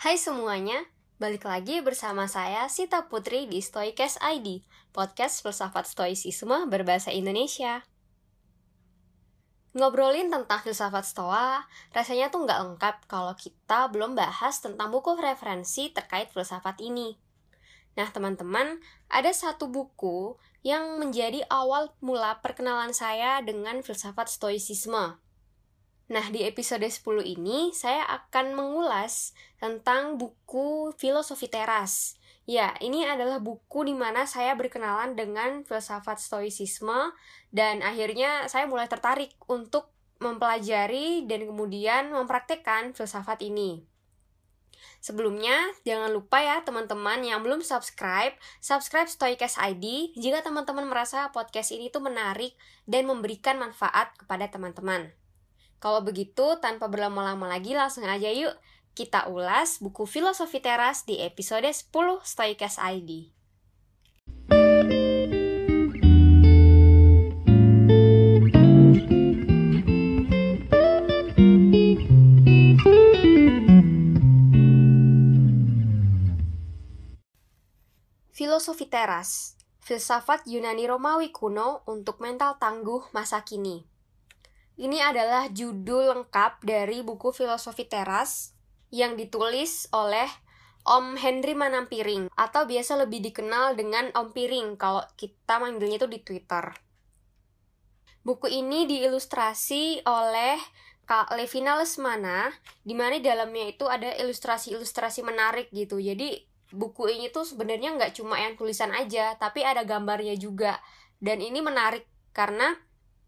Hai semuanya, balik lagi bersama saya Sita Putri di Stoikes ID, podcast filsafat stoicisme berbahasa Indonesia. Ngobrolin tentang filsafat stoa, rasanya tuh nggak lengkap kalau kita belum bahas tentang buku referensi terkait filsafat ini. Nah teman-teman, ada satu buku yang menjadi awal mula perkenalan saya dengan filsafat stoicisme. Nah, di episode 10 ini saya akan mengulas tentang buku Filosofi Teras. Ya, ini adalah buku di mana saya berkenalan dengan filsafat stoicisme dan akhirnya saya mulai tertarik untuk mempelajari dan kemudian mempraktekkan filsafat ini. Sebelumnya, jangan lupa ya teman-teman yang belum subscribe Stoikes ID jika teman-teman merasa podcast ini tuh menarik dan memberikan manfaat kepada teman-teman. Kalau begitu, tanpa berlama-lama lagi, langsung aja yuk kita ulas buku Filosofi Teras di episode 10 Stoikes ID. Filosofi Teras, filsafat Yunani Romawi kuno untuk mental tangguh masa kini. Ini adalah judul lengkap dari buku Filosofi Teras yang ditulis oleh Om Henry Manampiring atau biasa lebih dikenal dengan Om Piring kalau kita manggilnya itu di Twitter. Buku ini diilustrasi oleh Kak Levina Lesmana, di mana di dalamnya itu ada ilustrasi-ilustrasi menarik gitu. Jadi buku ini tuh sebenarnya nggak cuma yang tulisan aja, tapi ada gambarnya juga. Dan ini menarik karena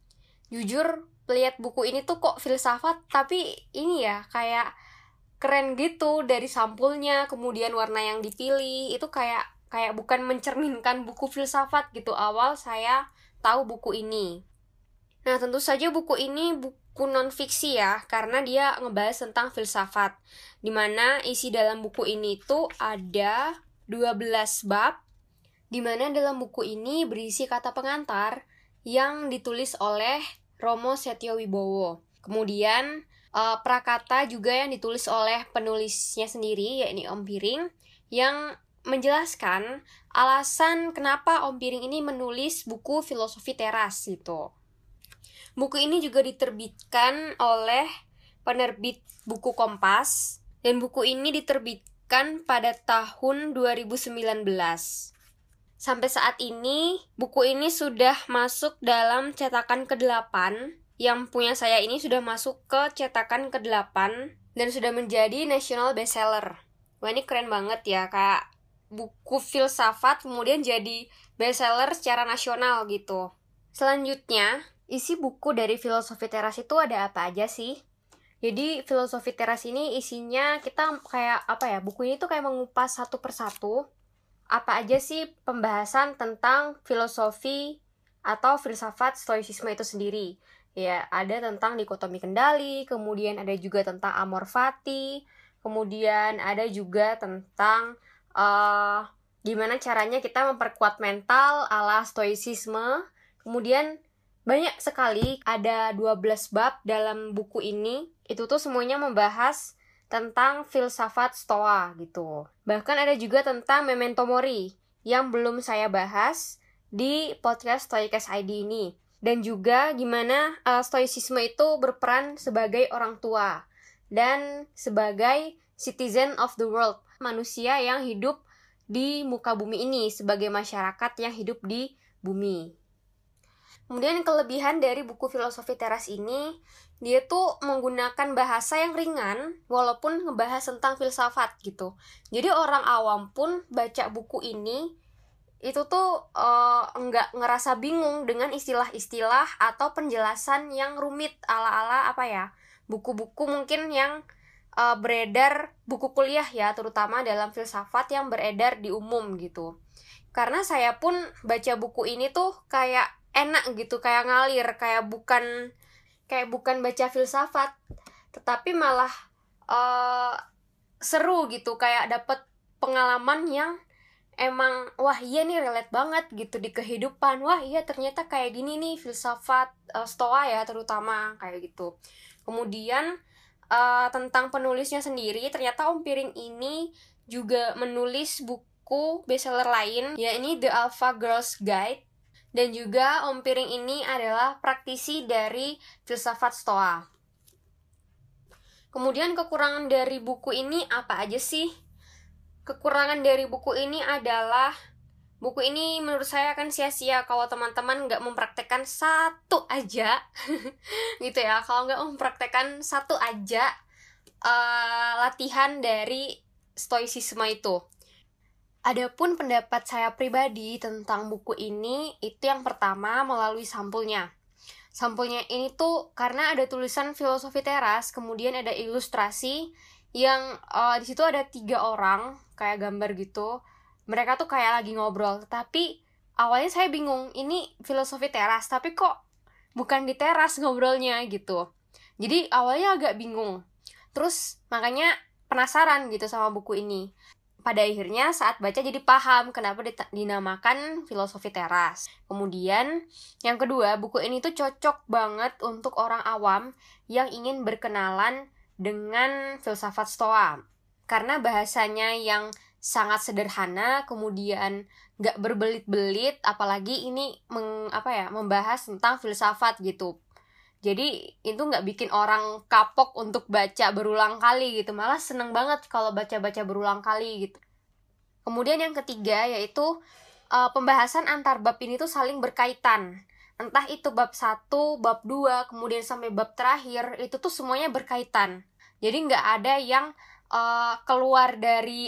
jujur lihat buku ini tuh kok filsafat, tapi ini ya kayak keren gitu dari sampulnya, kemudian warna yang dipilih itu kayak bukan mencerminkan buku filsafat gitu awal saya tahu buku ini. Nah, tentu saja buku ini buku non-fiksi ya, karena dia ngebahas tentang filsafat. Dimana isi dalam buku ini tuh ada 12 bab, dimana dalam buku ini berisi kata pengantar yang ditulis oleh Romo Setiowibowo. Kemudian prakata juga yang ditulis oleh penulisnya sendiri, yakni Om Piring, yang menjelaskan alasan kenapa Om Piring ini menulis buku Filosofi Teras gitu. Buku ini juga diterbitkan oleh penerbit buku Kompas, dan buku ini diterbitkan pada tahun 2019. Sampai saat ini, buku ini sudah masuk dalam cetakan ke-8. Yang punya saya ini sudah masuk ke cetakan ke-8 dan sudah menjadi national bestseller. Wah, ini keren banget ya, kayak buku filsafat kemudian jadi bestseller secara nasional gitu. Selanjutnya, isi buku dari Filosofi Teras itu ada apa aja sih? Jadi Filosofi Teras ini isinya kita kayak buku ini tuh kayak mengupas satu persatu apa aja sih pembahasan tentang filosofi atau filsafat stoicisme itu sendiri. Ya, ada tentang dikotomi kendali, kemudian ada juga tentang amor fati, kemudian ada juga tentang gimana caranya kita memperkuat mental ala stoicisme. Kemudian banyak sekali, ada 12 bab dalam buku ini. Itu tuh semuanya membahas tentang filsafat stoa gitu. Bahkan ada juga tentang memento mori yang belum saya bahas di podcast Stoikes ID ini. Dan juga gimana stoicisme itu berperan sebagai orang tua dan sebagai citizen of the world, manusia yang hidup di muka bumi ini, sebagai masyarakat yang hidup di bumi. Kemudian kelebihan dari buku Filosofi Teras ini, dia tuh menggunakan bahasa yang ringan walaupun ngebahas tentang filsafat gitu. Jadi orang awam pun baca buku ini itu tuh nggak ngerasa bingung dengan istilah-istilah atau penjelasan yang rumit ala-ala buku-buku mungkin yang beredar, buku kuliah ya, terutama dalam filsafat yang beredar di umum gitu. Karena saya pun baca buku ini tuh kayak enak gitu, kayak ngalir, kayak bukan baca filsafat, tetapi malah seru gitu, kayak dapet pengalaman yang emang wah iya nih relate banget gitu di kehidupan. Wah iya ternyata kayak gini nih filsafat stoa ya terutama kayak gitu. Kemudian tentang penulisnya sendiri, ternyata Om Piring ini juga menulis buku bestseller lain, yakni The Alpha Girls Guide. Dan juga Om Piring ini adalah praktisi dari filsafat Stoa. Kemudian kekurangan dari buku ini apa aja sih? Kekurangan dari buku ini adalah buku ini menurut saya akan sia-sia kalau teman-teman nggak mempraktekkan satu aja gitu ya. Kalau nggak mempraktekkan satu aja latihan dari stoicisme itu. Adapun pendapat saya pribadi tentang buku ini, itu yang pertama melalui sampulnya. Sampulnya ini tuh karena ada tulisan filosofi teras, kemudian ada ilustrasi yang di situ ada 3 orang kayak gambar gitu. Mereka tuh kayak lagi ngobrol, tapi awalnya saya bingung, ini filosofi teras, tapi kok bukan di teras ngobrolnya gitu. Jadi awalnya agak bingung. Terus makanya penasaran gitu sama buku ini. Pada akhirnya saat baca jadi paham kenapa dinamakan filosofi teras. Kemudian yang kedua, buku ini tuh cocok banget untuk orang awam yang ingin berkenalan dengan filsafat Stoa. Karena bahasanya yang sangat sederhana, kemudian gak berbelit-belit, apalagi ini membahas tentang filsafat gitu. Jadi itu gak bikin orang kapok untuk baca berulang kali gitu, malah seneng banget kalau baca-baca berulang kali gitu. Kemudian yang ketiga yaitu pembahasan antar bab ini tuh saling berkaitan. Entah itu bab 1, bab 2, kemudian sampai bab terakhir, itu tuh semuanya berkaitan. Jadi gak ada yang keluar dari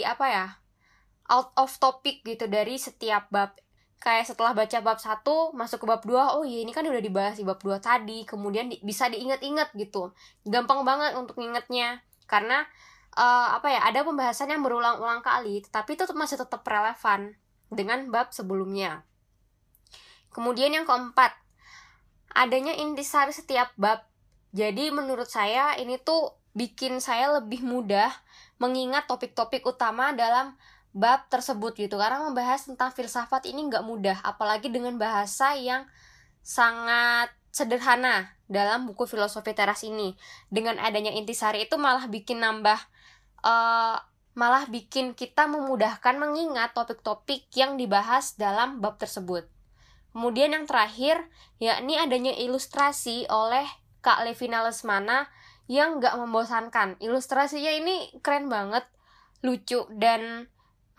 out of topic gitu dari setiap bab. Kayak setelah baca bab 1 masuk ke bab 2, oh iya ini kan udah dibahas di bab 2 tadi, kemudian bisa diingat-ingat gitu. Gampang banget untuk ngingetnya karena ada pembahasan yang berulang-ulang kali, tetapi itu masih tetap relevan dengan bab sebelumnya. Kemudian yang keempat, adanya intisari setiap bab. Jadi menurut saya ini tuh bikin saya lebih mudah mengingat topik-topik utama dalam bab tersebut gitu, karena membahas tentang filsafat ini nggak mudah, apalagi dengan bahasa yang sangat sederhana dalam buku filosofi teras ini. Dengan adanya intisari itu malah bikin kita memudahkan mengingat topik-topik yang dibahas dalam bab tersebut. Kemudian yang terakhir, yakni adanya ilustrasi oleh Kak Levina Lesmana yang nggak membosankan. Ilustrasinya ini keren banget, lucu dan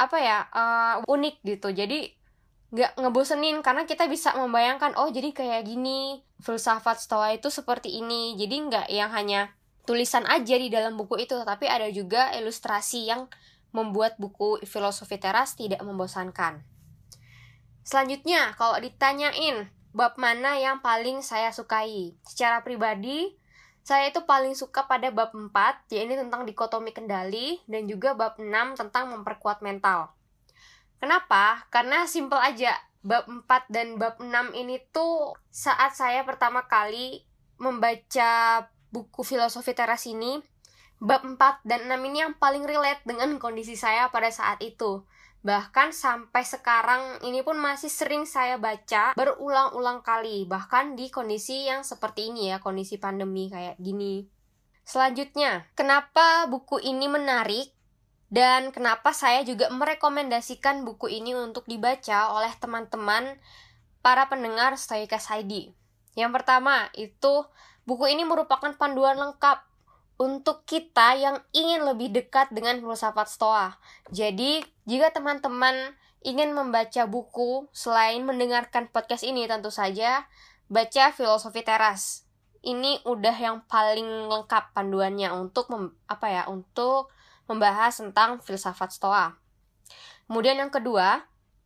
unik gitu. Jadi nggak ngebosenin karena kita bisa membayangkan, oh jadi kayak gini filsafat Stoa itu seperti ini. Jadi nggak yang hanya tulisan aja di dalam buku itu, tapi ada juga ilustrasi yang membuat buku filosofi teras tidak membosankan. Selanjutnya, kalau ditanyain bab mana yang paling saya sukai, secara pribadi saya itu paling suka pada bab 4, yaitu tentang dikotomi kendali, dan juga bab 6 tentang memperkuat mental. Kenapa? Karena simple aja. Bab 4 dan bab 6 ini tuh saat saya pertama kali membaca buku filosofi teras ini, bab 4 dan 6 ini yang paling relate dengan kondisi saya pada saat itu. Bahkan sampai sekarang ini pun masih sering saya baca berulang-ulang kali, bahkan di kondisi yang seperti ini ya, kondisi pandemi kayak gini. Selanjutnya, kenapa buku ini menarik dan kenapa saya juga merekomendasikan buku ini untuk dibaca oleh teman-teman para pendengar Stoikas ID. Yang pertama, itu buku ini merupakan panduan lengkap untuk kita yang ingin lebih dekat dengan filsafat Stoa. Jadi, jika teman-teman ingin membaca buku selain mendengarkan podcast ini, tentu saja baca filosofi teras. Ini udah yang paling lengkap panduannya untuk untuk membahas tentang filsafat Stoa. Kemudian yang kedua,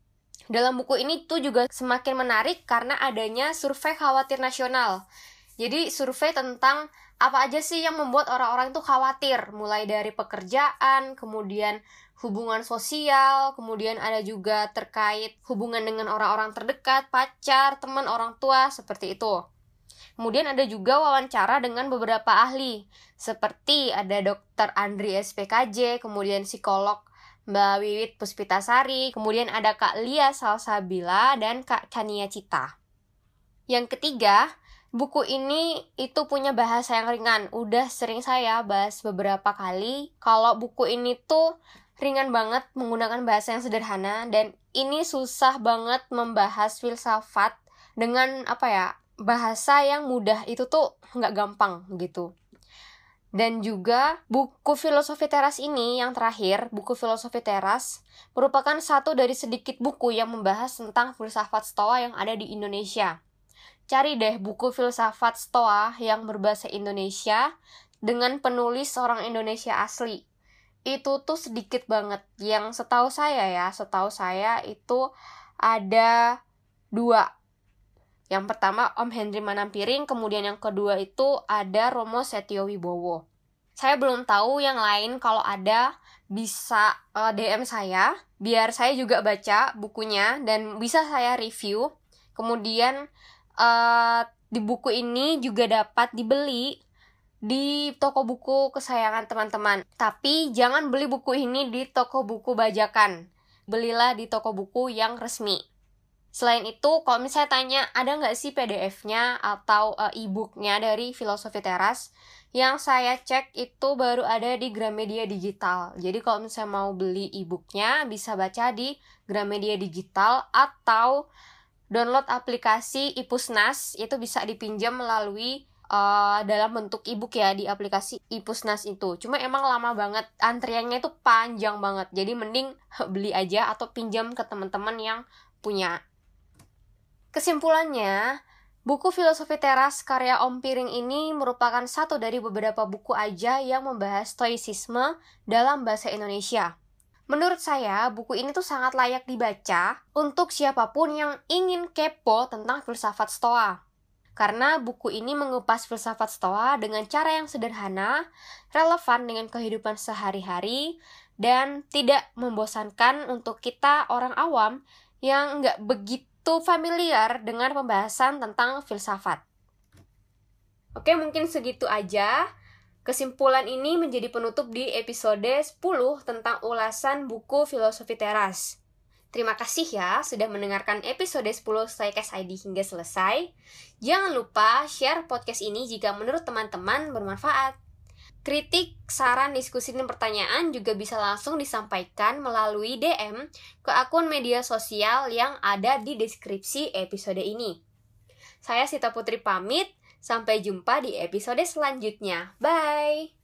dalam buku ini tuh juga semakin menarik karena adanya survei khawatir nasional. Jadi survei tentang apa aja sih yang membuat orang-orang itu khawatir, mulai dari pekerjaan, kemudian hubungan sosial, kemudian ada juga terkait hubungan dengan orang-orang terdekat, pacar, teman, orang tua, seperti itu. Kemudian ada juga wawancara dengan beberapa ahli, seperti ada Dr. Andri SPKJ, kemudian psikolog Mbak Wiwit Puspitasari, kemudian ada Kak Lia Salsabila, dan Kak Chania Cita. Yang ketiga, Buku ini itu punya bahasa yang ringan. Udah sering saya bahas beberapa kali kalau buku ini tuh ringan banget, menggunakan bahasa yang sederhana, dan ini susah banget membahas filsafat dengan bahasa yang mudah. Itu tuh nggak gampang gitu. Dan juga buku Filosofi Teras ini yang terakhir, buku Filosofi Teras, merupakan satu dari sedikit buku yang membahas tentang filsafat Stoa yang ada di Indonesia. Cari deh buku filsafat Stoa yang berbahasa Indonesia dengan penulis orang Indonesia asli. Itu tuh sedikit banget. Yang setahu saya itu ada 2. Yang pertama Om Henry Manampiring, kemudian yang kedua itu ada Romo Setiowibowo. Saya belum tahu yang lain, kalau ada bisa DM saya, biar saya juga baca bukunya dan bisa saya review. Kemudian di buku ini juga dapat dibeli di toko buku kesayangan teman-teman. Tapi jangan beli buku ini di toko buku bajakan. Belilah di toko buku yang resmi. Selain itu, kalau misalnya tanya, ada nggak sih PDF-nya atau e-book-nya dari Filosofi Teras? Yang saya cek itu baru ada di Gramedia Digital. Jadi kalau misalnya mau beli e-book-nya, bisa baca di Gramedia Digital atau download aplikasi Ipusnas. Itu bisa dipinjam melalui dalam bentuk e-book ya, di aplikasi Ipusnas itu. Cuma emang lama banget, antriannya itu panjang banget. Jadi mending beli aja atau pinjam ke teman-teman yang punya. Kesimpulannya, buku Filosofi Teras karya Om Piring ini merupakan satu dari beberapa buku aja yang membahas stoicisme dalam bahasa Indonesia. Menurut saya, buku ini tuh sangat layak dibaca untuk siapapun yang ingin kepo tentang filsafat Stoa. Karena buku ini mengupas filsafat Stoa dengan cara yang sederhana, relevan dengan kehidupan sehari-hari, dan tidak membosankan untuk kita orang awam yang nggak begitu familiar dengan pembahasan tentang filsafat. Oke, mungkin segitu aja. Kesimpulan ini menjadi penutup di episode 10 tentang ulasan buku Filosofi Teras. Terima kasih ya sudah mendengarkan episode 10 Stoikas ID hingga selesai. Jangan lupa share podcast ini jika menurut teman-teman bermanfaat. Kritik, saran, diskusi, dan pertanyaan juga bisa langsung disampaikan melalui DM ke akun media sosial yang ada di deskripsi episode ini. Saya Sita Putri pamit, sampai jumpa di episode selanjutnya. Bye!